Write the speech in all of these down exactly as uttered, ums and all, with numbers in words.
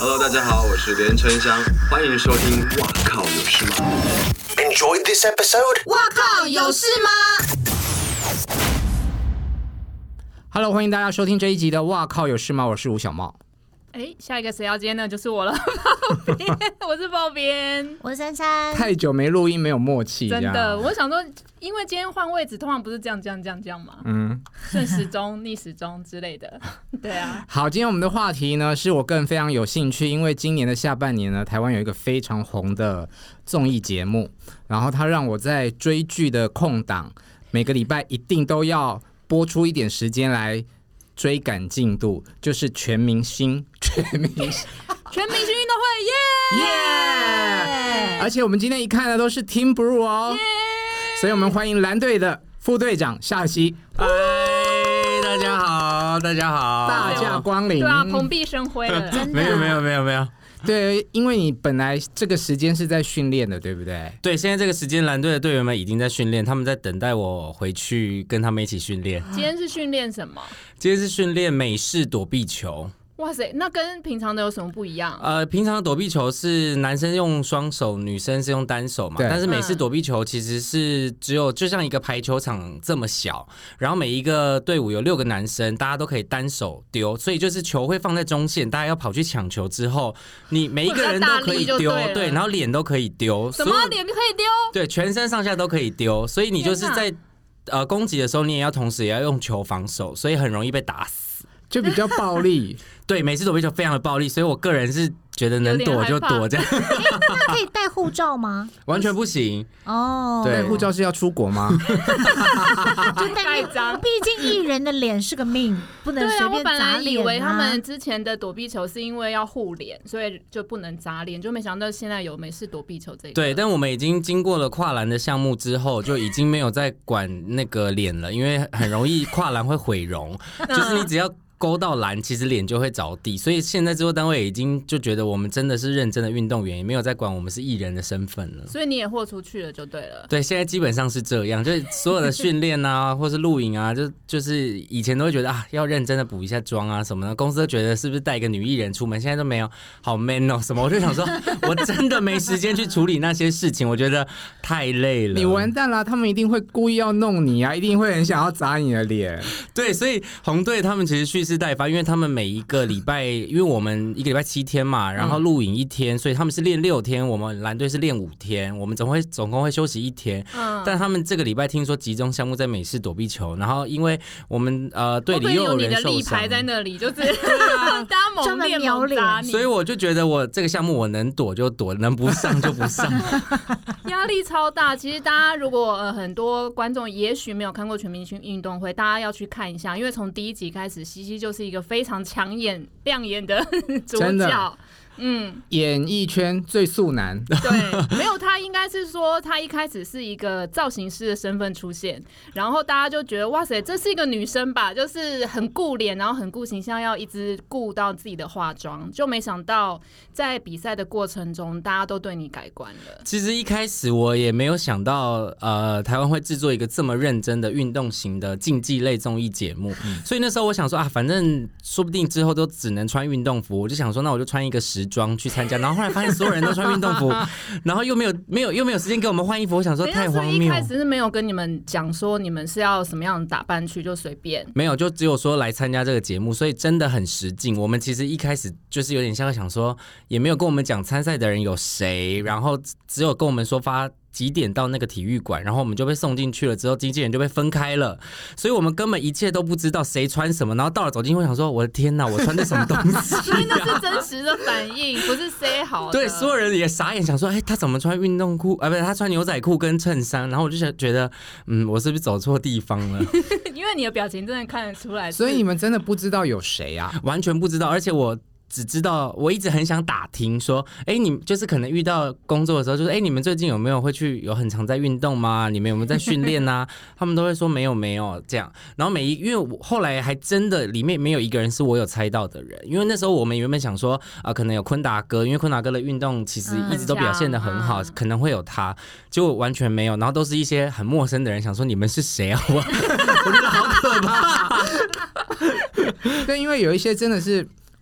Hello， 大家好，我是连春香，欢迎收听。哇靠，有事吗 ？Enjoyed this episode？ 哇靠，有事吗 ？Hello， 欢迎大家收听这一集的《哇靠，有事吗》？我是吴小茂。 哎，下一个谁要接呢？就是我了，我是爆边， 我是珊珊。 太久没录音，没有默契， 真的。我想说，因为今天换位置，通常不是这样、这样、这样、这样嘛，嗯，顺时钟、逆时钟之类的，对啊。 好，今天我们的话题呢，是我个人非常有兴趣，因为今年的下半年呢，台湾有一个非常红的综艺节目，然后它让我在追剧的空档，每个礼拜一定都要播出一点时间来追赶进度，就是全明星，全明星， 全明星运动会，耶、 耶！而且我们今天一看的都是 Team Blue 哦，所以我们欢迎蓝队的副队长夏曦。 嗨，大家好，大家好， 大驾光临， 对啊，蓬荜生辉了，真的。 没有，没有，没有，没有。 对，因为你本来这个时间是在训练的，对不对？ 对，现在这个时间，蓝队的队员们已经在训练，他们在等待我回去跟他们一起训练。 今天是训练什么？ 今天是训练美式躲避球。 哇塞，那跟平常的有什么不一样？ 呃，平常的躲避球是男生用双手，女生是用单手嘛。但是美式躲避球其实是只有就像一个排球场这么小，然后每一个队伍有六个男生，大家都可以单手丢，所以就是球会放在中线，大家要跑去抢球之后，你每一个人都可以丢，对，然后脸都可以丢， 什么脸可以丢？ 对，全身上下都可以丢，所以你就是在呃攻击的时候，你也要同时也要用球防守，所以很容易被打死， 就比较暴力。 对，美式躲避球非常的暴力，所以我个人是觉得能躲就躲这样。 那可以带护照吗？ 完全不行哦。 对，护照是要出国吗？ 就带章，毕竟艺人的脸是个命，不能随便砸脸、啊。 对啊，我本来以为他们之前的躲避球是因为要护脸，所以就不能砸脸，就没想到现在有美式躲避球这个。 对，但我们已经经过了跨栏的项目之后，就已经没有在管那个脸了，因为很容易跨栏会毁容，就是你只要勾到篮，其实脸就会着地，所以现在制作单位已经就觉得我们真的是认真的运动员，也没有在管我们是艺人的身份了。 所以你也豁出去了就对了。 对，现在基本上是这样，就是所有的训练啊，或是录影啊，就就是以前都会觉得啊，要认真的补一下妆啊什么的，公司都觉得是不是带一个女艺人出门，现在都没有，好 man 哦什么，我就想说，我真的没时间去处理那些事情，我觉得太累了。 你完蛋了，他们一定会故意要弄你啊，一定会很想要砸你的脸。 对，所以红队他们其实蓄势待发，因为他们每一个礼拜，因为我们一个礼拜七天嘛，然后录影一天，所以他们是练六天，我们蓝队是练五天，我们总会总共会休息一天。嗯，但他们这个礼拜听说集中项目在美式躲避球，然后因为我们呃队里又有人受伤， 有你的立牌在那里，就是大家猛练猛砸你， 所以我就觉得我这个项目我能躲就躲，能不上就不上， 压力超大。其实大家如果、呃、很多观众也许没有看过全明星运动会，大家要去看一下，因为从第一集开始，西西就是一个非常抢眼、亮眼的主角。嗯， 演艺圈最速男。 对，没有他应该是说他一开始是一个造型师的身份出现，然后大家就觉得哇塞，这是一个女生吧，就是很顾脸，然后很顾形象，要一直顾到自己的化妆，就没想到在比赛的过程中，大家都对你改观了。 其实一开始我也没有想到，呃，台湾会制作一个这么认真的运动型的竞技类综艺节目，嗯、所以那时候我想说啊，反正说不定之后都只能穿运动服，我就想说，那我就穿一个时装去参加，然后后来发现所有人都穿运动服，然后又没有没有又没有时间给我们换衣服，我想说太荒谬。 一开始是没有跟你们讲说你们是要什么样的打扮去，就随便。 没有，就只有说来参加这个节目，所以真的很实劲。我们其实一开始就是有点像想说，也没有跟我们讲参赛的人有谁，然后只有跟我们说发几点到那个体育馆，然后我们就被送进去了，之后经纪人就被分开了，所以我们根本一切都不知道谁穿什么，然后到了走进去，我想说我的天哪，我穿的什么东西、啊？ 所以那是真实的反应，不是 say 好的。 对，所有人也傻眼，想说，哎、欸，他怎么穿运动裤？啊，不是，他穿牛仔裤跟衬衫，然后我就觉得，嗯，我是不是走错地方了？ 因为你的表情真的看得出来， 所以你们真的不知道有谁啊？ 完全不知道，而且我。只知道我一直很想打听说，哎、欸，你就是可能遇到工作的时候，就是哎、欸，你们最近有没有会去有很常在运动吗？你们有没有在训练啊？他们都会说没有没有这样。然后每一，因为我后来还真的里面没有一个人是我有猜到的人，因为那时候我们原本想说啊、呃，可能有坤达哥，因为坤达哥的运动其实一直都表现得很好，嗯、可能会有他，结果完全没有。然后都是一些很陌生的人，想说你们是谁啊？我我觉得好可怕。 对，因为有一些真的是。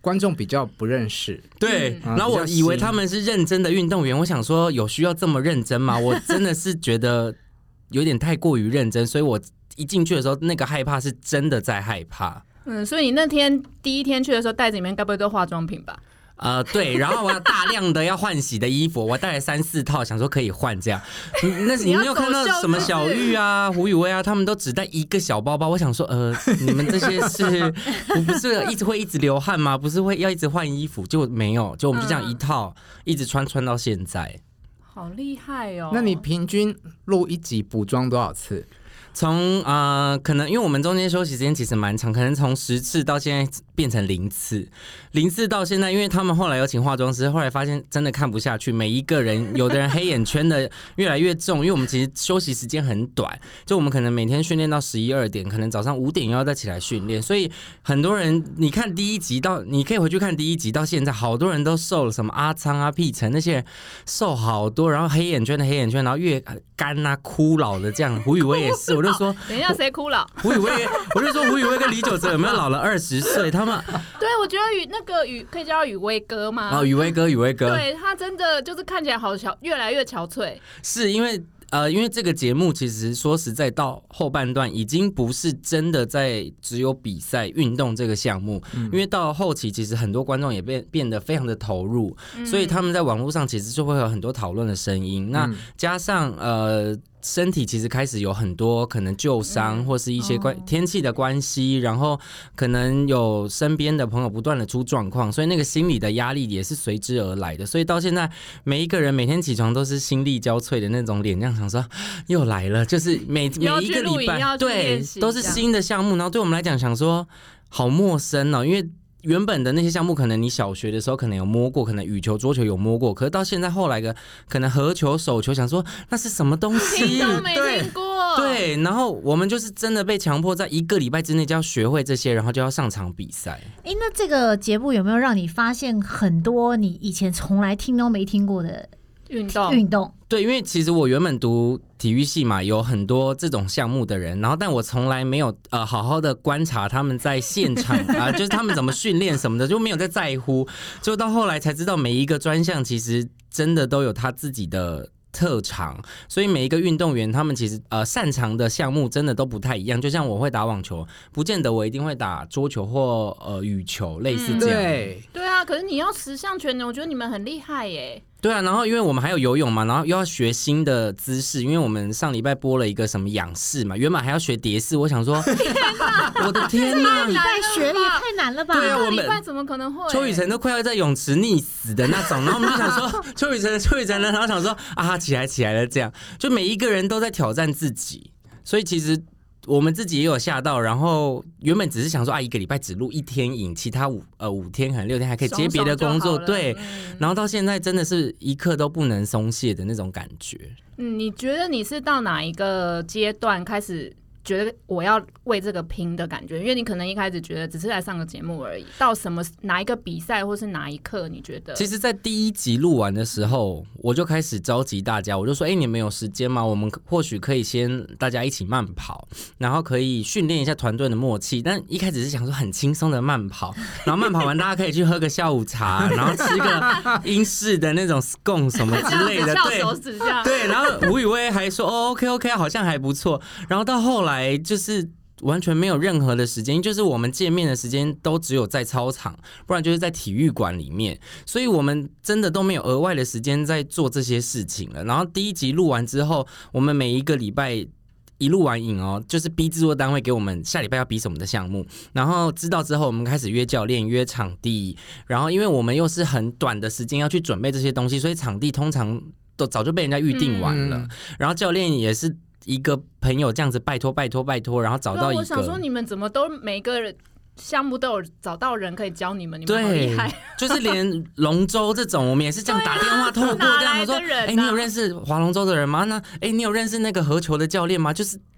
观众比较不认识。 对， 嗯、 然后我以为他们是认真的运动员，我想说有需要这么认真吗？我真的是觉得有点太过于认真，所以我一进去的时候，那个害怕是真的在害怕。 嗯，所以你那天第一天去的时候，袋子里面该不会都化妆品吧？ 呃，对，然后我要大量的要换洗的衣服，我带了三四套，想说可以换这样。那你没有看到什么小玉啊、胡宇威啊，他们都只带一个小包包。我想说，呃，你们这些是我不是一直会一直流汗吗？不是会要一直换衣服？结果没有，就我们就这样一套、嗯、一直穿穿到现在。 好厉害哦！ 那你平均录一集补妆多少次？ 从呃，可能因为我们中间休息时间其实蛮长，可能从十次到现在变成零次，零次到现在，因为他们后来有请化妆师，后来发现真的看不下去，每一个人，有的人黑眼圈的越来越重，因为我们其实休息时间很短，就我们可能每天训练到十一二点，可能早上五点又要再起来训练，所以很多人你看第一集到，你可以回去看第一集到现在，好多人都瘦了，什么阿昌啊、屁城那些人瘦好多，然后黑眼圈的黑眼圈，然后越干啊、枯老的这样，胡宇威也是。我就说， 等一下，谁哭了？ 胡宇威，我就说胡宇威跟李玖哲有没有老了二十岁？他们对，我觉得宇那个宇可以叫他宇威哥吗？ 哦，宇威哥，宇威哥， 对他真的就是看起来好憔，越来越憔悴。 是因为呃，因为这个节目其实说实在，到后半段已经不是真的在只有比赛运动这个项目，嗯、因为到后期其实很多观众也变变得非常的投入，嗯、所以他们在网络上其实就会有很多讨论的声音。嗯、那加上呃。身体其实开始有很多可能旧伤，或是一些关天气的关系，然后可能有身边的朋友不断的出状况，所以那个心理的压力也是随之而来的。所以到现在，每一个人每天起床都是心力交瘁的那种脸，这样想说又来了，就是每每一个礼拜对都是新的项目，然后对我们来讲想说好陌生哦，因为。原本的那些项目，可能你小学的时候可能有摸过，可能羽球、桌球有摸过，可是到现在后来的可能合球、手球，想说那是什么东西？ 听都没听过。 对，然后我们就是真的被强迫在一个礼拜之内就要学会这些，然后就要上场比赛。 哎，那这个节目有没有让你发现很多你以前从来听都没听过的运动？ 运动？ 对，因为其实我原本读体育系嘛，有很多这种项目的人，然后但我从来没有呃好好的观察他们在现场啊、呃，就是他们怎么训练什么的，就没有在在乎，就到后来才知道每一个专项其实真的都有他自己的特长，所以每一个运动员他们其实呃擅长的项目真的都不太一样。就像我会打网球，不见得我一定会打桌球或呃羽球，类似这样。 嗯、对对啊，可是你要十项全能，我觉得你们很厉害耶。 对啊，然后因为我们还有游泳嘛，然后又要学新的姿势，因为我们上礼拜播了一个什么仰式嘛，原本还要学蝶式，我想说，我的天哪， 礼拜学的也太难了吧？ 对啊，我们礼拜怎么可能会？ 邱雨辰都快要在泳池溺死的那种，然后我们就想说，邱雨辰，邱雨辰呢，然后想说啊，起来起来了，这样就每一个人都在挑战自己，所以其实。我们自己也有吓到，然后原本只是想说啊，一个礼拜只录一天影，其他五呃五天可能六天还可以接别的工作，对、嗯。然后到现在真的是一刻都不能松懈的那种感觉。 嗯，你觉得你是到哪一个阶段开始觉得我要为这个拼的感觉？因为你可能一开始觉得只是来上个节目而已，到什么哪一个比赛或是哪一刻，你觉得？ 其实，在第一集录完的时候，我就开始召集大家，我就说：“哎、欸，你们有时间吗？我们或许可以先大家一起慢跑，然后可以训练一下团队的默契。”但一开始是想说很轻松的慢跑，然后慢跑完大家可以去喝个下午茶，然后吃个英式的那种 scone 什么之类的，对对。然后吴宇威还说：“哦 ，OK OK， 好像还不错。”然后到后来。就是完全没有任何的时间，就是我们见面的时间都只有在操场，不然就是在体育馆里面，所以我们真的都没有额外的时间在做这些事情了。然后第一集录完之后，我们每一个礼拜一录完影哦，就是逼制作单位给我们下礼拜要比什么的项目，然后知道之后，我们开始约教练、约场地，然后因为我们又是很短的时间要去准备这些东西，所以场地通常都早就被人家预定完了，嗯、然后教练也是。一个朋友这样子拜托拜托拜托，然后找到一个。 我想说你们怎么都每个人项目都有找到人可以教你们，你们好厉害。 就是连龙舟这种，我们也是这样打电话透过这样说，哎、啊欸，你有认识划龙舟的人吗？那哎、欸，你有认识那个合球的教练吗？就是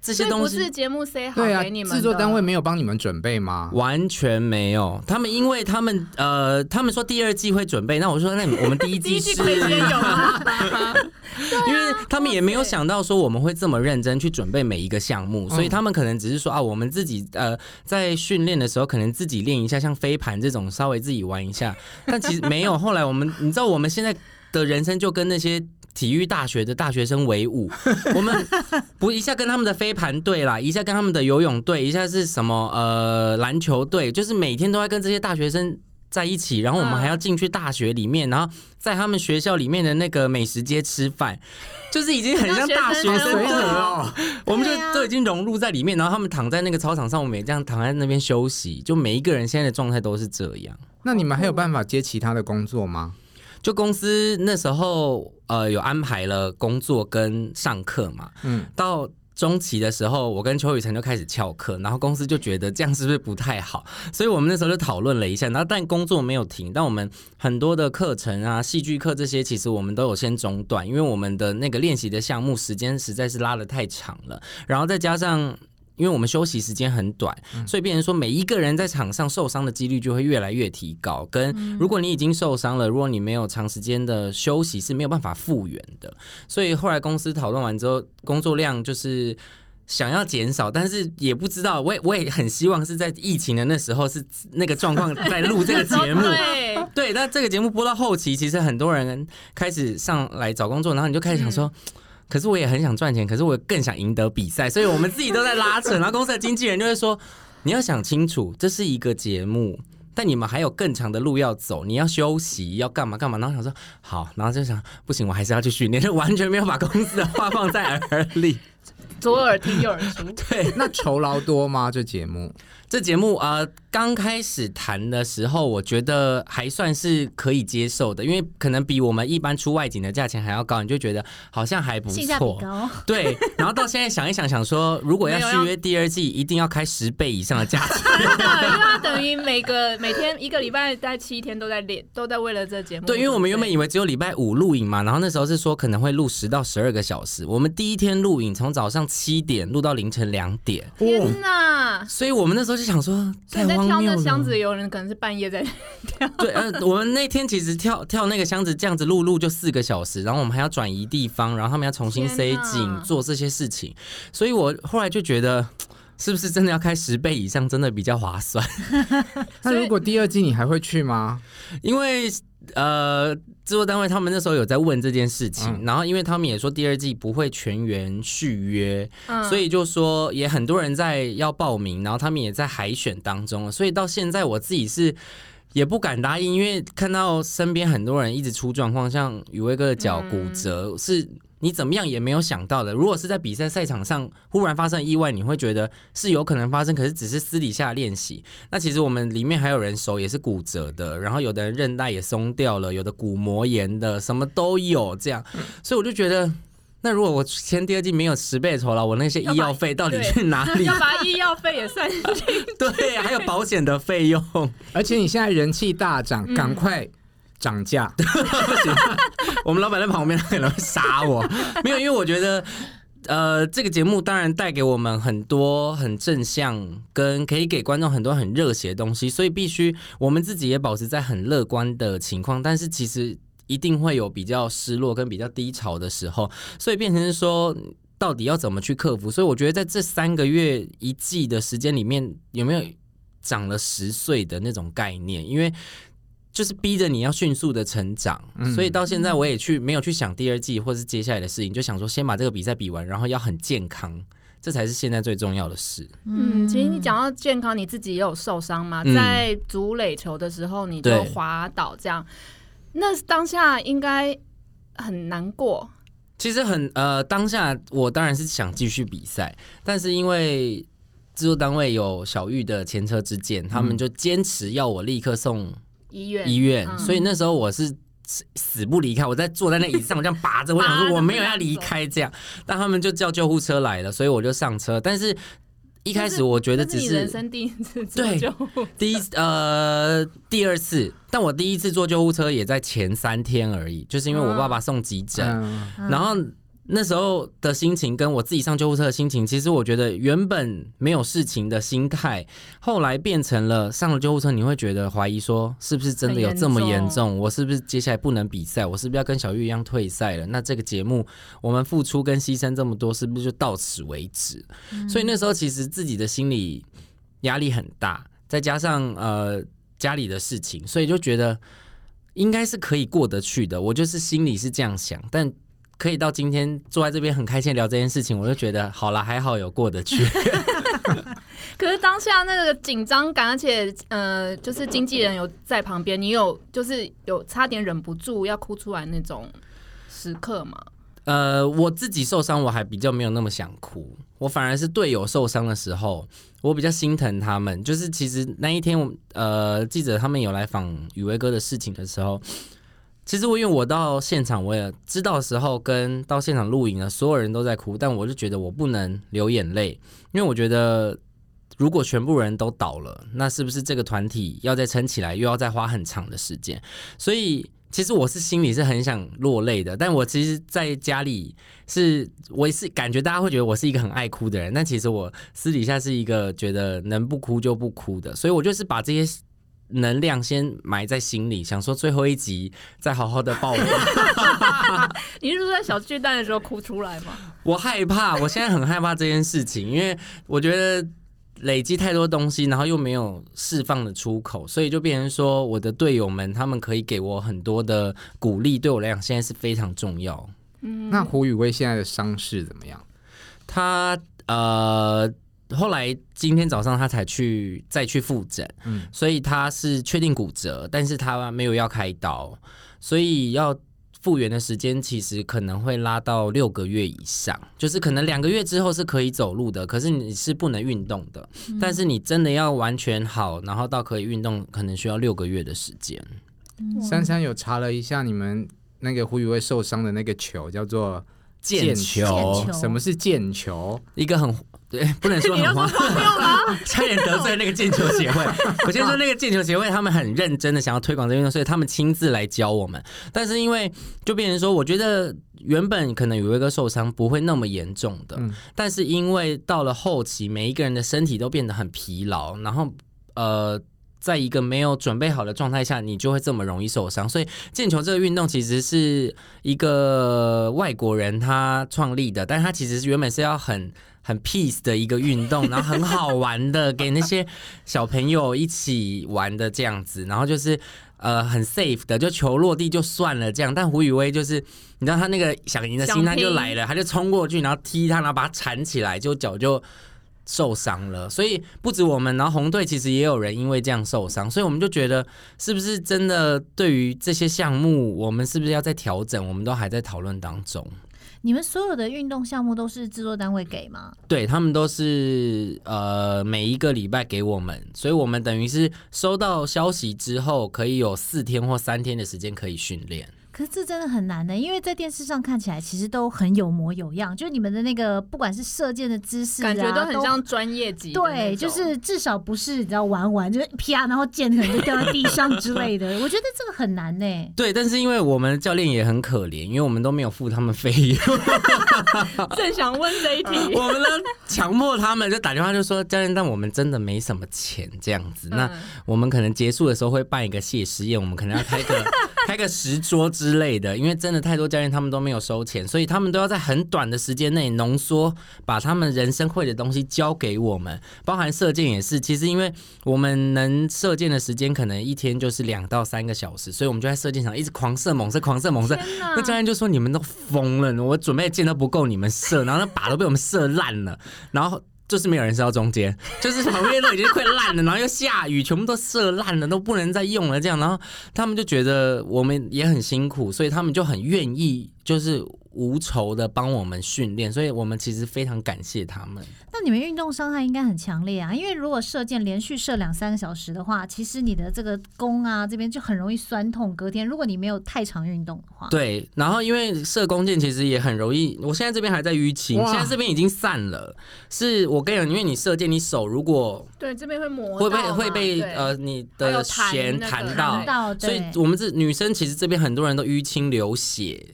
这些东西不是节目塞好对啊， 给你们的， 制作单位没有帮你们准备吗？ 完全没有，他们因为他们呃，他们说第二季会准备，那我说那我们第一季是， 第一季亏先有啊， 因为他们也没有想到说我们会这么认真去准备每一个项目，所以他们可能只是说啊，我们自己呃在训练的时候可能自己练一下，像飞盘这种稍微自己玩一下，但其实没有。后来我们你知道我们现在的人生就跟那些体育大学的大学生为伍，我们不一下跟他们的飞盘队啦，一下跟他们的游泳队，一下是什么呃篮球队，就是每天都在跟这些大学生在一起，然后我们还要进去大学里面，然后在他们学校里面的那个美食街吃饭，就是已经很像大学生随和哦。 我们就都已经融入在里面，然后他们躺在那个操场上，我们也这样躺在那边休息，就每一个人现在的状态都是这样。 那你们还有办法接其他的工作吗？ 就公司那时候呃有安排了工作跟上课嘛，嗯，到中期的时候，我跟邱雨辰就开始翘课，然后公司就觉得这样是不是不太好，所以我们那时候就讨论了一下，然后但工作没有停，但我们很多的课程啊、戏剧课这些，其实我们都有先中断，因为我们的那个练习的项目时间实在是拉得太长了，然后再加上。因为我们休息时间很短，所以变成说每一个人在场上受伤的几率就会越来越提高。跟如果你已经受伤了，如果你没有长时间的休息是没有办法复原的。所以后来公司讨论完之后，工作量就是想要减少，但是也不知道，我也我也很希望是在疫情的那时候是那个状况在录这个节目。 对， 对，但这个节目播到后期，其实很多人开始上来找工作，然后你就开始想说。嗯可是我也很想赚钱，可是我更想赢得比赛，所以我们自己都在拉扯。然后公司的经纪人就会说：“你要想清楚，这是一个节目，但你们还有更长的路要走，你要休息，要干嘛干嘛。”然后想说好，然后就想不行，我还是要去训练，就完全没有把公司的话放在耳里， 左耳听右耳出。 对， 那酬劳多吗？这节目？ 这节目呃刚开始谈的时候，我觉得还算是可以接受的，因为可能比我们一般出外景的价钱还要高，你就觉得好像还不错， 性价比高。 对，然后到现在想一想，想说如果要续约第二季，一定要开十倍以上的价钱， 真的，因为他等于每个每天一个礼拜在七天都在练，都在为了这节目。 对，因为我们原本以为只有礼拜五录影嘛，然后那时候是说可能会录十到十二个小时，我们第一天录影从早上七点录到凌晨两点， 天哪！ 所以我们那时候就想说， 所以在挑那箱子，有人可能是半夜在挑。 对，呃，我们那天其实跳跳那个箱子，这样子录录就四个小时，然后我们还要转移地方，然后他们要重新塞景，做这些事情，所以我后来就觉得。是不是真的要开十倍以上，真的比较划算？ 那如果第二季你还会去吗？ 因为呃，制作单位他们那时候有在问这件事情，嗯、然后因为他们也说第二季不会全员续约，嗯、所以就说也很多人在要报名，然后他们也在海选当中，所以到现在我自己是。也不敢答应，因为看到身边很多人一直出状况，像宇威哥的脚骨折，嗯、是你怎么样也没有想到的。如果是在比赛赛场上忽然发生意外，你会觉得是有可能发生，可是只是私底下练习。那其实我们里面还有人手也是骨折的，然后有的人韧带也松掉了，有的骨膜炎的，什么都有这样。所以我就觉得。那如果我签第二季没有十倍的酬劳，我那些医药费到底去哪里？ 要把医药费也算进去。 对，还有保险的费用。 而且你现在人气大涨，赶、嗯、快涨价。不行，我们老板在旁边可能会杀我。没有，因为我觉得。呃，这个节目当然带给我们很多很正向，跟可以给观众很多很热血的东西，所以必须我们自己也保持在很乐观的情况，但是其实。一定会有比较失落跟比较低潮的时候，所以变成是说到底要怎么去克服。所以我觉得在这三个月一季的时间里面，有没有长了十岁的那种概念？因为就是逼着你要迅速的成长，嗯、所以到现在我也去没有去想第二季或是接下来的事情，就想说先把这个比赛比完，然后要很健康。这才是现在最重要的事。 嗯，其实你讲到健康，你自己也有受伤嘛？嗯、在足垒球的时候，你就滑倒这样。那当下应该很难过。 其实很呃，当下我当然是想继续比赛，但是因为制作单位有小玉的前车之鉴，他们就坚持要我立刻送医院， 医院，嗯、所以那时候我是死不离开。我在坐在那椅子上，我这样拔着，我想说我没有要离开这样，但他们就叫救护车来了，所以我就上车，但是。一开始我觉得只是, 是你人生第一次坐救护车， 第一呃第二次，但我第一次坐救护车也在前三天而已，就是因为我爸爸送急诊，嗯、然后那时候的心情跟我自己上救护车的心情，其实我觉得原本没有事情的心态，后来变成了上了救护车，你会觉得怀疑说是不是真的有这么严重？重我是不是接下来不能比赛？我是不是要跟小玉一样退赛了？那这个节目我们付出跟牺牲这么多，是不是就到此为止？嗯、所以那时候其实自己的心理压力很大，再加上呃家里的事情，所以就觉得应该是可以过得去的。我就是心里是这样想，但可以到今天坐在这边很开心聊这件事情，我就觉得好啦，还好有过得去。 可是当下那个紧张感，而且呃，就是经纪人有在旁边，你有就是有差点忍不住要哭出来那种时刻吗？ 呃，我自己受伤，我还比较没有那么想哭，我反而是队友受伤的时候，我比较心疼他们。就是其实那一天，呃，记者他们有来访宇威哥的事情的时候。其实我因为我到现场，我也知道的时候，跟到现场录影了，所有人都在哭，但我就觉得我不能流眼泪，因为我觉得如果全部人都倒了，那是不是这个团体要再撑起来，又要再花很长的时间？所以其实我是心里是很想落泪的，但我其实在家里是，我是感觉大家会觉得我是一个很爱哭的人，但其实我私底下是一个觉得能不哭就不哭的，所以我就是把这些能量先埋在心里，想说最后一集再好好的爆发。 你是说在小巨蛋的时候哭出来吗？ 我害怕，我现在很害怕这件事情，因为我觉得累积太多东西，然后又没有释放的出口，所以就变成说我的队友们他们可以给我很多的鼓励，对我来讲现在是非常重要。 嗯，那胡宇威现在的伤势怎么样？ 他呃。后来今天早上他才去再去复诊，嗯，所以他是确定骨折，但是他没有要开刀，所以要复原的时间其实可能会拉到六个月以上，就是可能两个月之后是可以走路的，可是你是不能运动的，嗯、但是你真的要完全好，然后到可以运动，可能需要六个月的时间。 嗯、珊珊有查了一下，你们那个胡宇威受伤的那个球叫做毽球，什么是毽球？ 一个很。对，不能说很荒谬，差点得罪那个毽球协会。我先说那个毽球协会，他们很认真的想要推广这运动，所以他们亲自来教我们。但是因为就变成说，我觉得原本可能宇威哥受伤不会那么严重的，嗯、但是因为到了后期，每一个人的身体都变得很疲劳，然后呃。在一个没有准备好的状态下，你就会这么容易受伤。所以毽球这个运动其实是一个外国人他创立的，但他其实原本是要很很 peace 的一个运动，然后很好玩的，给那些小朋友一起玩的这样子，然后就是呃很 safe 的，就球落地就算了这样。但胡宇威就是你知道他那个想赢的心态就来了，他就冲过去，然后踢他，然后把他缠起来，就脚就受伤了。所以不止我们，然后红队其实也有人因为这样受伤，所以我们就觉得是不是真的对于这些项目我们是不是要再调整，我们都还在讨论当中。 你们所有的运动项目都是制作单位给吗？ 对，他们都是呃每一个礼拜给我们，所以我们等于是收到消息之后可以有四天或三天的时间可以训练。 可是这真的很难的，因为在电视上看起来其实都很有模有样，就你们的那个不管是射箭的姿势、啊， 感觉都很像专业级的。 对，就是至少不是你知道玩玩就是啪，然后箭可能就掉在地上之类的。我觉得这个很难呢。 对，但是因为我们的教练也很可怜，因为我们都没有付他们费用。 正想问这一题， 我们呢强迫他们就打电话就说教练，但我们真的没什么钱这样子。嗯、那我们可能结束的时候会办一个谢师宴，我们可能要开个开个十桌之之类的，因为真的太多教练他们都没有收钱，所以他们都要在很短的时间内浓缩，把他们人生会的东西交给我们，包含射箭也是。其实因为我们能射箭的时间可能一天就是两到三个小时，所以我们就在射箭场一直狂射猛射狂射猛射。那教练就说你们都疯了，我准备的箭都不够你们射，然后那靶都被我们射烂了，然后就是没有人射到中间，就是旁边都已经快烂了，然后又下雨，全部都射烂了，都不能再用了这样。然后他们就觉得我们也很辛苦，所以他们就很愿意就是无酬的帮我们训练，所以我们其实非常感谢他们。 那你们运动伤害应该很强烈啊，因为如果射箭连续射两三个小时的话，其实你的这个弓啊这边就很容易酸痛，隔天如果你没有太长运动的话。 对，然后因为射弓箭其实也很容易，我现在这边还在淤青，现在这边已经散了。是我跟你讲，因为你射箭，你手如果对这边会磨到， 会被会被呃你的弦弹到， 到， 所以我们这女生其实这边很多人都淤青流血什么的。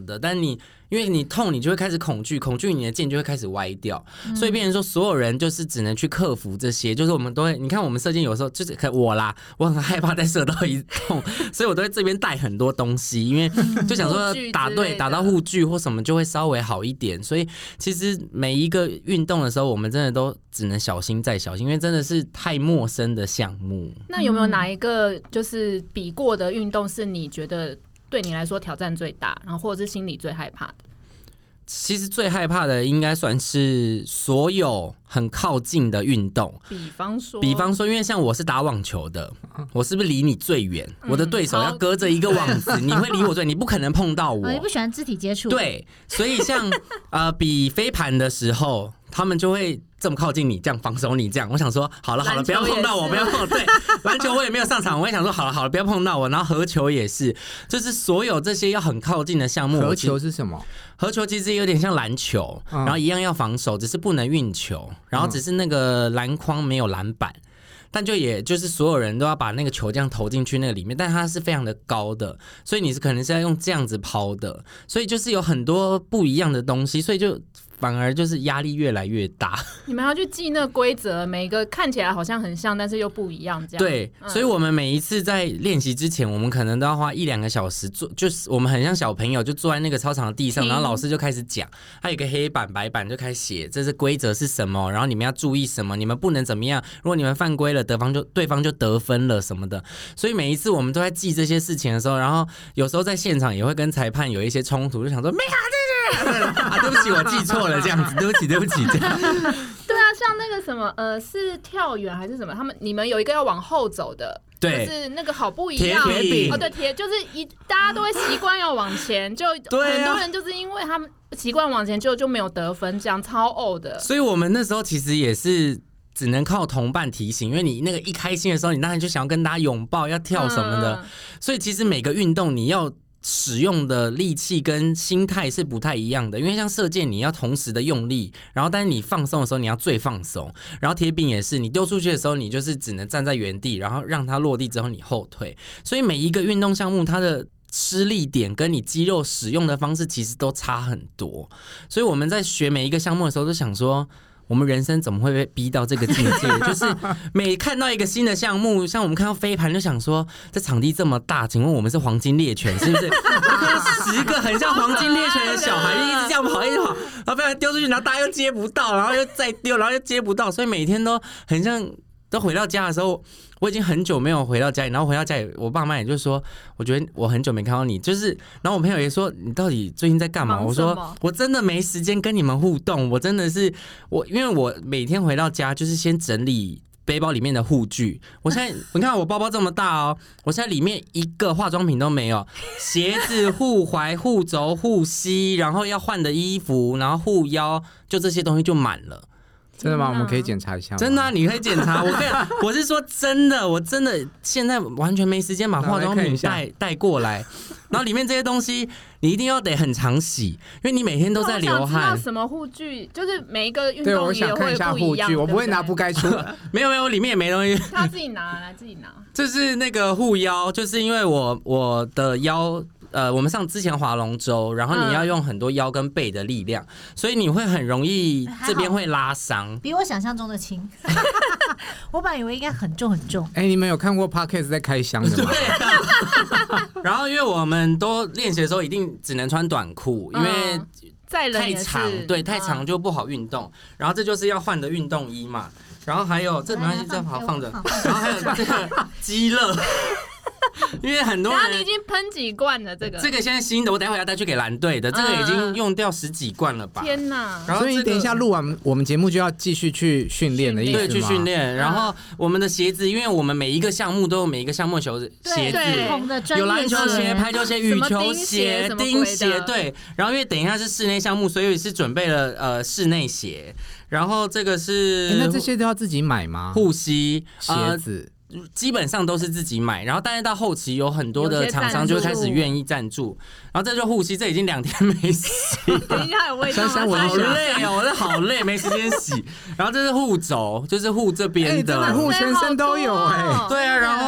的，但你因为你痛，你就会开始恐惧，恐惧你的剑就会开始歪掉，嗯、所以变成说所有人就是只能去克服这些，就是我们都会，你看我们射箭有时候就是可我啦，我很害怕再射到一痛，所以我都在这边带很多东西，因为就想说打对打到护具或什么就会稍微好一点，所以其实每一个运动的时候，我们真的都只能小心再小心，因为真的是太陌生的项目。 那有没有哪一个就是比过的运动是你觉得对你来说挑战最大，然后或者是心里最害怕的？ 其实最害怕的应该算是所有很靠近的运动， 比方说， 比方说，因为像我是打网球的，我是不是离你最远？嗯、我的对手要隔着一个网子，你会离我最远，你不可能碰到我。 哦、你不喜欢肢体接触？ 对，所以像呃比飞盘的时候，他们就会这么靠近你，这样防守你，这样。我想说，好了好了，不要碰到我，不要碰。对，篮球我也没有上场，我也想说，好了好了，不要碰到我。然后合球也是，就是所有这些要很靠近的项目。 合球是什么？ 合球其实有点像篮球，嗯、然后一样要防守，只是不能运球，然后只是那个篮筐没有篮板。但就也就是所有人都要把那个球这样投进去那个里面，但它是非常的高的，所以你是可能是要用这样子抛的，所以就是有很多不一样的东西，所以就反而就是压力越来越大。 你们要去记那个规则，每个看起来好像很像，但是又不一样，这样。 对，嗯、所以我们每一次在练习之前，我们可能都要花一两个小时坐，就是我们很像小朋友，就坐在那个操场的地上，然后老师就开始讲，他有一个黑板白板就开始写，这是规则是什么，然后你们要注意什么，你们不能怎么样，如果你们犯规了，得方就对方就得分了什么的。所以每一次我们都在记这些事情的时候，然后有时候在现场也会跟裁判有一些冲突，就想说没啊，对对啊，对不起，我记错了，这样子，对不起，对不起，这样。 对啊，像那个什么，呃，是跳远还是什么？他们你们有一个要往后走的， 对， 就是那个好不一样。 铁饼哦，对，铁就是一大家都会习惯要往前，就很多人就是因为他们习惯往前就就没有得分，这样超呕的。 所以我们那时候其实也是。只能靠同伴提醒，因为你那个一开心的时候，你当然就想要跟大家拥抱，要跳什么的。嗯、所以其实每个运动你要使用的力气跟心态是不太一样的。因为像射箭，你要同时的用力，然后但是你放松的时候，你要最放松。然后铁饼也是，你丢出去的时候，你就是只能站在原地，然后让它落地之后你后退。所以每一个运动项目，它的施力点跟你肌肉使用的方式其实都差很多。所以我们在学每一个项目的时候，都想说。我们人生怎么会被逼到这个境界？就是每看到一个新的项目，像我们看到飞盘，就想说这场地这么大，请问我们是黄金猎犬是不是？十个很像黄金猎犬的小孩，就一直这样跑，一直跑，然后飞盘丢出去，然后大家又接不到，然后又再丢，然后又接不到，所以每天都很像。都回到家的时候，我已经很久没有回到家里，然后回到家里，我爸妈也就说，我觉得我很久没看到你，就是，然后我朋友也说，你到底最近在干嘛？我说我真的没时间跟你们互动，我真的是我，因为我每天回到家就是先整理背包里面的护具，我现在你看我包包这么大哦，我现在里面一个化妆品都没有，鞋子、护踝、护肘、护膝，然后要换的衣服，然后护腰，就这些东西就满了。 真的吗？我们可以检查一下吗？ 真的、啊，你可以检查。我跟你讲，我是说真的，我真的现在完全没时间把化妆品带带过来，然后里面这些东西你一定要得很常洗，因为你每天都在流汗。 什么护具？就是每一个运对， 动我想看一下护具，我不会拿不该出。 没有没有，里面也没东西。 他自己拿来，自己拿。 这是那个护腰，就是因为我我的腰。呃，我们上之前划龙舟，然后你要用很多腰跟背的力量，嗯、所以你会很容易这边会拉伤， 比我想象中的轻。我本来以为应该很重很重。 哎、欸，你们有看过 Podcast 在开箱的吗？ 对、啊。然后因为我们都练习的时候一定只能穿短裤，因为太长，对，太长就不好运动。然后这就是要换的运动衣嘛。然后还有这没关系，这好放着。然后还有这个鸡肋。因为很多人， 然后你已经喷几罐了，这个这个现在新的，我待会要带去给蓝队的，这个已经用掉十几罐了吧？ 天哪！ 然后、这个、 所以你等一下录完我们节目就要继续去训练的意思吗？ 对，去训练。然后我们的鞋子，因为我们每一个项目都有每一个项目的鞋子，有篮球鞋、排球鞋、羽球鞋、钉鞋，对。然后因为等一下是室内项目，所以是准备了呃室内鞋。然后这个是， 欸、那这些都要自己买吗？ 护膝、 鞋子。 呃基本上都是自己买，然后但是到后期有很多的厂商就会开始愿意赞助，然后这就护膝，这已经两天没洗， 等一下有味道， 好累哦，我这好累，没时间洗。然后这是护肘，就是护这边的， 护、欸、全身都有哎、欸， 对啊，然后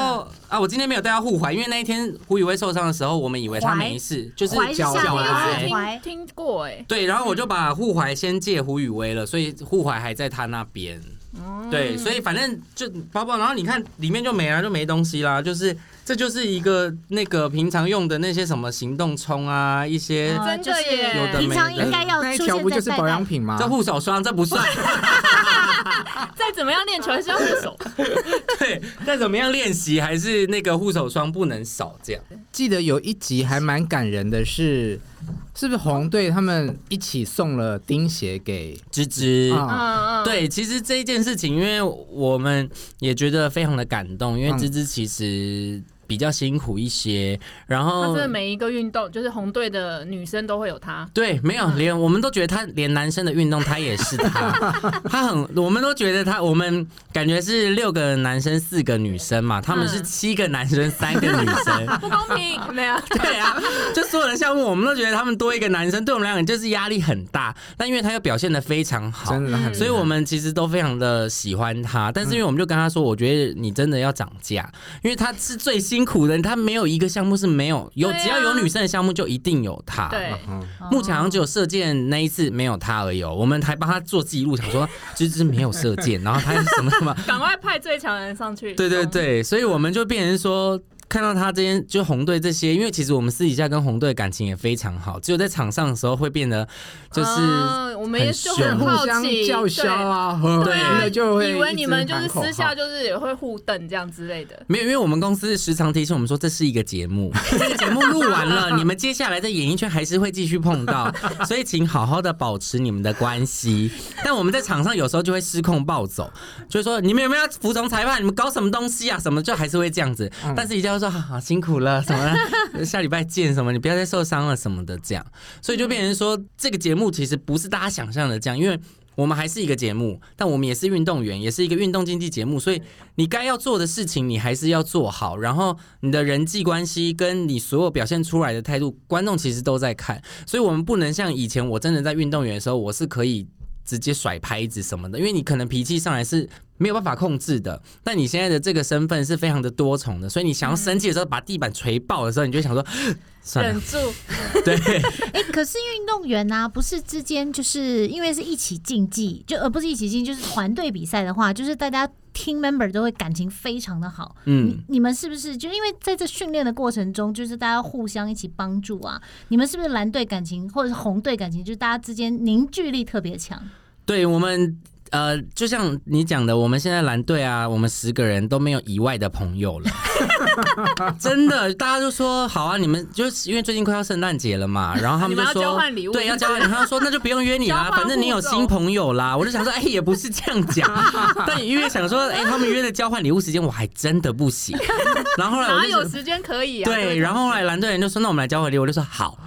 啊，我今天没有带到护踝，因为那一天胡宇威受伤的时候，我们以为他没事，就是脚踝踝听听过哎、欸， 对，然后我就把护踝先借胡宇威了，所以护踝还在他那边。嗯、对，所以反正就包包，然后你看里面就没了，就没东西啦，就是这就是一个那个平常用的那些什么行动充啊，一些真的耶， 有的没的平常应该要那一条不就是保养品吗？ 这护手霜这不算。 再怎么样练球还是要护手。 对，再怎么样练习还是那个护手霜不能少。这样记得有一集还蛮感人的是，是不是红队他们一起送了钉鞋给芝芝？ 啊、 嗯， 对，其实这一件事情，因为我们也觉得非常的感动，因为芝芝其实比较辛苦一些，然后他真的每一个运动，就是红队的女生都会有他。 对，没有连我们都觉得他连男生的运动他也是他，他很，我们都觉得他，我们感觉是六个男生四个女生嘛，他们是七个男生三个女生， 不公平，没有。 对啊，就所有的项目我们都觉得他们多一个男生，对我们两个人就是压力很大，但因为他又表现得非常好， 真的很， 所以我们其实都非常的喜欢他，但是因为我们就跟他说，我觉得你真的要涨价，因为他是最辛苦的，他没有一个项目是没有有，只要有女生的项目就一定有他。 对， 目前好像只有射箭那一次没有他而已、哦，我们还帮他做记录，想说芝芝没有射箭，然后他什么什么， 赶快派最强人上去。 对对对，所以我们就变成说。看到他这些就红队这些，因为其实我们私底下跟红队感情也非常好，只有在场上的时候会变得就是很凶、 呃、我们也就很好互相奇叫嚣啊， 对啊， 就会以为你们就是私下就是也会互瞪这样之类的。 没有，因为我们公司时常提醒我们说这是一个节目，这个节目录完了，你们接下来在演艺圈还是会继续碰到，所以请好好的保持你们的关系。但我们在场上有时候就会失控暴走，就是说你们有没有要服从裁判？你们搞什么东西啊？什么就还是会这样子。嗯、但是一定要说好好辛苦了什么，下礼拜见什么，你不要再受伤了什么的这样。所以就变成说这个节目其实不是大家想象的这样，因为。我们还是一个节目，但我们也是运动员，也是一个运动竞技节目，所以你该要做的事情，你还是要做好。然后你的人际关系跟你所有表现出来的态度，观众其实都在看，所以我们不能像以前我真的在运动员的时候，我是可以直接甩拍子什么的，因为你可能脾气上来是没有办法控制的。但你现在的这个身份是非常的多重的，所以你想要生气的时候，把地板捶爆的时候，你就会想说。 忍住， 对。 哎、欸，可是运动员啊，不是之间就是因为是一起竞技，就而不是一起竞技，就是团队比赛的话，就是大家 team member 都会感情非常的好。嗯，你, 你们是不是就因为在这训练的过程中，就是大家互相一起帮助啊？你们是不是蓝队感情或者是红队感情，就是大家之间凝聚力特别强？ 对，我们。呃，就像你讲的，我们现在蓝队啊，我们十个人都没有以外的朋友了，真的，大家就说好啊，你们就是因为最近快要圣诞节了嘛，然后他们就说你们要交换礼物， 对，要交换礼物，他说那就不用约你啦，反正你有新朋友啦。我就想说，哎、欸，也不是这样讲，但因为想说，哎、欸，他们约的交换礼物时间我还真的不行，然后后来我就哪有时间可以啊？ 对，然后后来蓝队人就说，那我们来交换礼物，我就说好，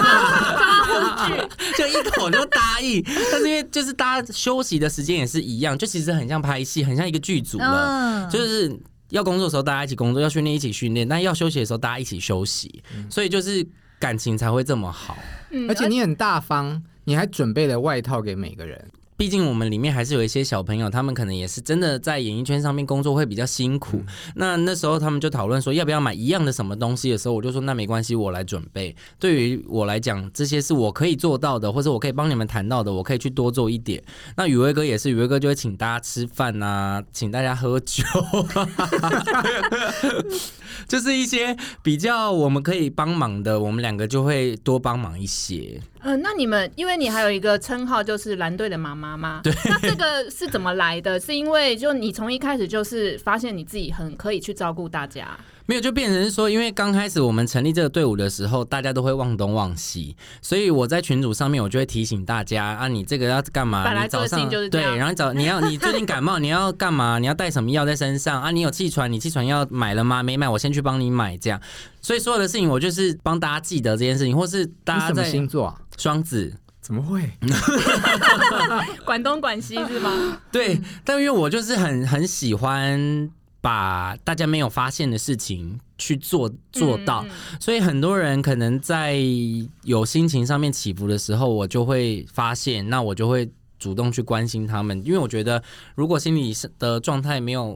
就一口就答应，但是因为就是大家休息的时间也是一样，就其实很像拍戏，很像一个剧组了，嗯、就是要工作的时候大家一起工作，要训练一起训练，但要休息的时候大家一起休息，嗯、所以就是感情才会这么好。 嗯、而且你很大方，你还准备了外套给每个人。 毕竟我们里面还是有一些小朋友，他们可能也是真的在演艺圈上面工作会比较辛苦。嗯、那那时候他们就讨论说要不要买一样的什么东西的时候，我就说那没关系，我来准备。对于我来讲，这些是我可以做到的，或者我可以帮你们谈到的，我可以去多做一点。那宇威哥也是，宇威哥就会请大家吃饭啊，请大家喝酒，就是一些比较我们可以帮忙的，我们两个就会多帮忙一些。 嗯、呃，那你们因为你还有一个称号就是蓝队的妈妈吗？ 对， 那这个是怎么来的？是因为就你从一开始就是发现你自己很可以去照顾大家？ 没有，就变成是说，因为刚开始我们成立这个队伍的时候，大家都会忘东忘西，所以我在群组上面我就会提醒大家啊，你这个要干嘛？ 本来个性就是这样， 对，然后早你要你最近感冒，你要干嘛？你要带什么药在身上啊？你有气喘，你气喘药买了吗？没买，我先去帮你买，这样。所以所有的事情我就是帮大家记得这件事情，或是大家在你什么星座啊？ 双子。 怎么会？ 管东管西是吗？ 对，但因为我就是很很喜欢把大家没有发现的事情去做做到，嗯、所以很多人可能在有心情上面起伏的时候，我就会发现，那我就会主动去关心他们，因为我觉得如果心理的状态没有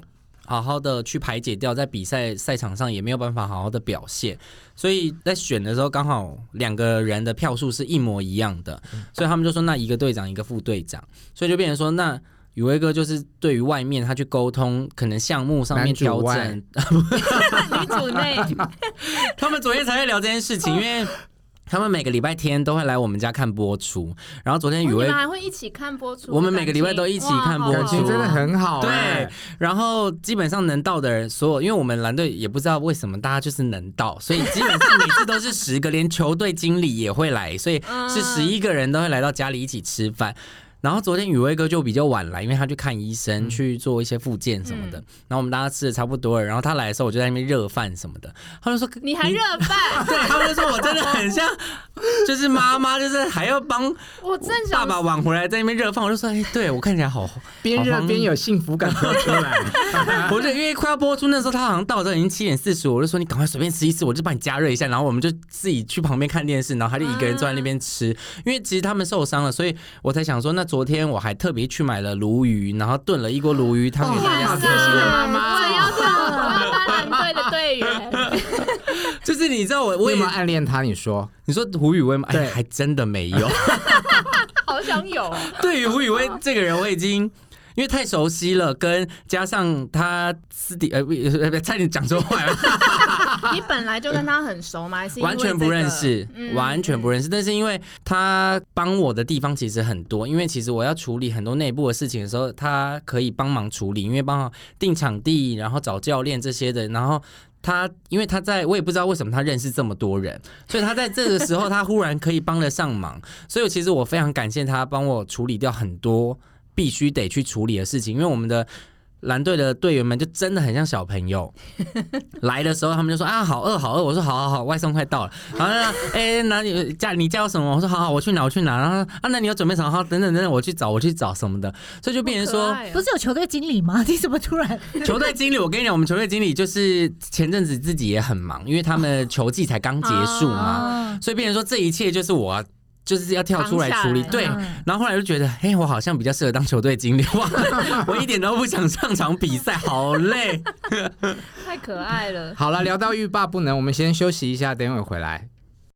好好的去排解掉，在比赛赛场上也没有办法好好的表现，所以在选的时候刚好两个人的票数是一模一样的，所以他们就说那一个队长一个副队长，所以就变成说那宇威哥就是对于外面他去沟通可能项目上面调整， 女主内， 他们昨天才在聊这件事情，因为他们每个礼拜天都会来我们家看播出，然后昨天宇威、 哦、你们还会一起看播出， 我们每个礼拜都一起看播出， 真的很好、 欸。对，然后基本上能到的人，所有因为我们蓝队也不知道为什么大家就是能到，所以基本上每次都是十个，连球队经理也会来，所以是十一个人都会来到家里一起吃饭。然后昨天宇威哥就比较晚来，因为他去看医生，嗯、去做一些复健什么的。嗯、然后我们大家吃的差不多了，然后他来的时候，我就在那边热饭什么的。他就说：“ 你还热饭？” 对，他们就说我真的很像，就是妈妈，就是还要帮我正爸爸挽回来，在那边热饭。我就说：“哎、欸，对我看起来好边热边有幸福感飘出来。” 我就因为快要播出那时候，他好像到这已经七点四十，我就说：“你赶快随便吃一吃，我就帮你加热一下。”然后我们就自己去旁边看电视，然后他就一个人坐在那边吃。嗯、因为其实他们受伤了，所以我才想说，那昨天我还特别去买了鲈鱼，然后炖了一锅鲈鱼汤给大家吃。 妈妈，我要当我要当蓝队的队员。 就是你知道我我有没有暗恋他？你说你说胡宇威吗？哎，还真的没有。 好想有。 对于胡宇威这个人，我已经。因为太熟悉了，跟加上他私底呃呃，差点讲错话了。 你本来就跟他很熟吗？还是因为、这个、 完全不认识、嗯，完全不认识。但是因为他帮我的地方其实很多，因为其实我要处理很多内部的事情的时候，他可以帮忙处理，因为帮忙定场地，然后找教练这些的，然后。他因为他在我也不知道为什么他认识这么多人，所以他在这个时候他忽然可以帮得上忙，所以其实我非常感谢他帮我处理掉很多必须得去处理的事情，因为我们的蓝队的队员们就真的很像小朋友，来的时候他们就说啊好饿好饿，我说好好好，外送快到了，然后呢哎哪里家你叫什么？我说好好我去哪我去哪，然后啊那你有准备什么？好等等等等我去找我去找什么的，所以就变成说、 啊、不是有球队经理吗？你怎么突然球队经理？我跟你讲，我们球队经理就是前阵子自己也很忙，因为他们球季才刚结束嘛，哦、所以变成说这一切就是我。就是要跳出来处理，对。然后后来就觉得，哎，我好像比较适合当球队经理，哇，我一点都不想上场比赛，好累。 太可爱了。 好了，聊到欲罢不能，我们先休息一下，等一会回来。